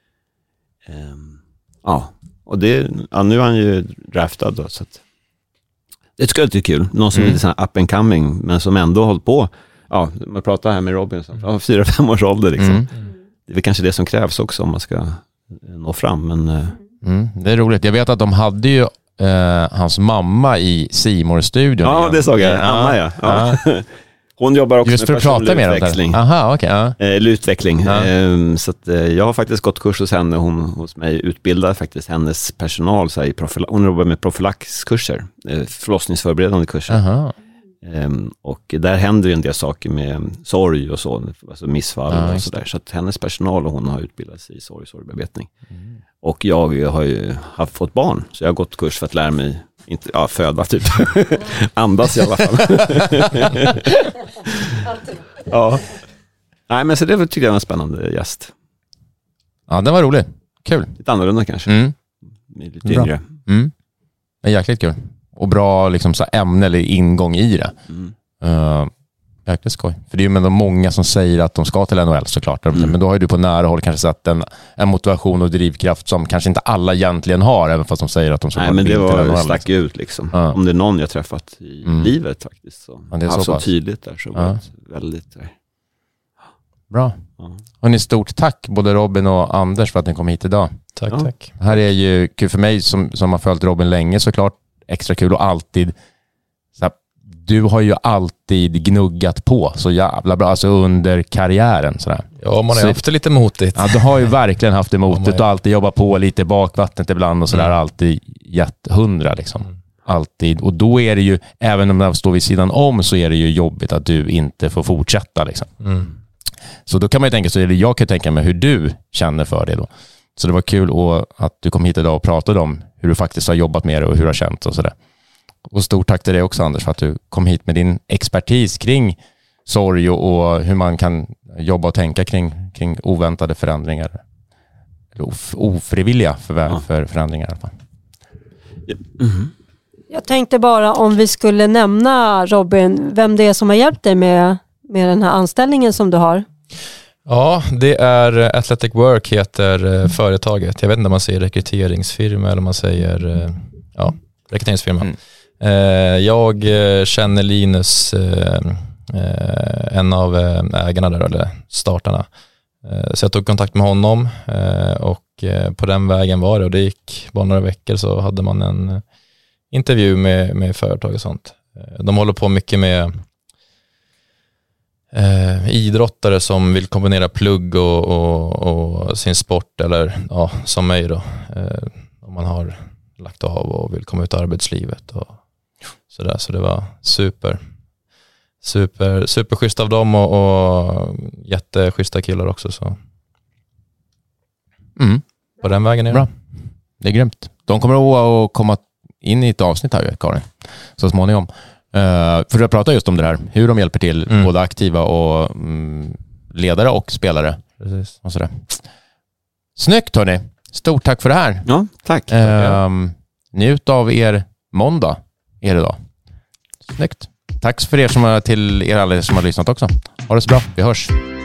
Och nu är han ju draftad då, så att det skulle vara kul. Någon som är lite sån här up and coming, men som ändå hållit på. Ja, man pratar här med Robin, 4-5 års ålder liksom. Det är väl kanske det som krävs också om man ska nå fram, men det är roligt. Jag vet att de hade ju hans mamma i C-more-studion. ja, det såg jag. Anna, ja. Hon jobbar också just för med att prata med utveckling. Aha, okej. Eller utveckling. Så att, jag har faktiskt gått kurs hos henne. Hon hos mig utbildar faktiskt hennes personal. Så här, hon jobbar med profylaxkurser. Förlossningsförberedande kurser. Aha. Och där händer ju en del saker med sorg och så. Alltså missfall och sådär. Så att hennes personal och hon har utbildat sig i sorgbearbetning. Och jag har ju fått barn. Så jag har gått kurs för att lära mig föda typ. Andas i alla fall. Ja. Nej, men så det tycker jag var en spännande gäst. Ja, det var roligt. Kul. Lite annorlunda kanske. Lite yngre. Det är jäkligt kul. Och bra liksom, så ämne eller ingång i det. Jäkligt skoj. För det är ju med de många som säger att de ska till NHL såklart. Men då har ju du på nära håll kanske sett en motivation och drivkraft som kanske inte alla egentligen har, även fast de säger att de ska till NHL. Nej, men det var stack ut liksom. Om det är någon jag träffat i livet faktiskt. Så. Ja, det är så tydligt där. Så var det väldigt... Bra. Och ni stort tack både Robin och Anders för att ni kom hit idag. Tack. Det här är ju kul för mig som har följt Robin länge, såklart extra kul och alltid så här, du har ju alltid gnuggat på så jävla bra, alltså under karriären sådär. Ja, man har haft det lite motigt. Ja, du har ju verkligen haft det motigt och alltid jobbat på lite bakvattnet ibland och sådär, alltid gett 100 liksom. Alltid. Och då är det ju, även om det står vid sidan om, så är det ju jobbigt att du inte får fortsätta liksom. Så då kan man ju tänka sig, eller jag kan tänka mig hur du känner för det då. Så det var kul att du kom hit idag och pratade om hur du faktiskt har jobbat med det och hur du har känt och sådär. Och stort tack till dig också, Anders, för att du kom hit med din expertis kring sorg och hur man kan jobba och tänka kring oväntade förändringar. Eller ofrivilliga för förändringar i alla fall. Jag tänkte bara om vi skulle nämna, Robin, vem det är som har hjälpt dig med den här anställningen som du har. Ja, det är Athletic Work heter företaget. Jag vet inte om man säger rekryteringsfirma eller om man säger rekryteringsfirma. Jag känner Linus, en av ägarna där, eller startarna. Så jag tog kontakt med honom och på den vägen var det. Och det gick bara några veckor så hade man en intervju med företag och sånt. De håller på mycket med idrottare som vill kombinera plugg och sin sport eller som mig då. Om man har lagt av och vill komma ut i arbetslivet och sådär. Så det var superschysst av dem och jätteschyssta killar också. Så. På den vägen är det. Bra. Det är grymt. De kommer att komma in i ett avsnitt här, Karin, så småningom. För att prata just om det här, hur de hjälper till, både aktiva och ledare och spelare. Precis. Och sådär. Snyggt, hörni. Stort tack för det här. Ja, tack. Njut av er måndag, er idag. Snyggt. Tack för till er alla som har lyssnat också. Ha det så bra. Vi hörs.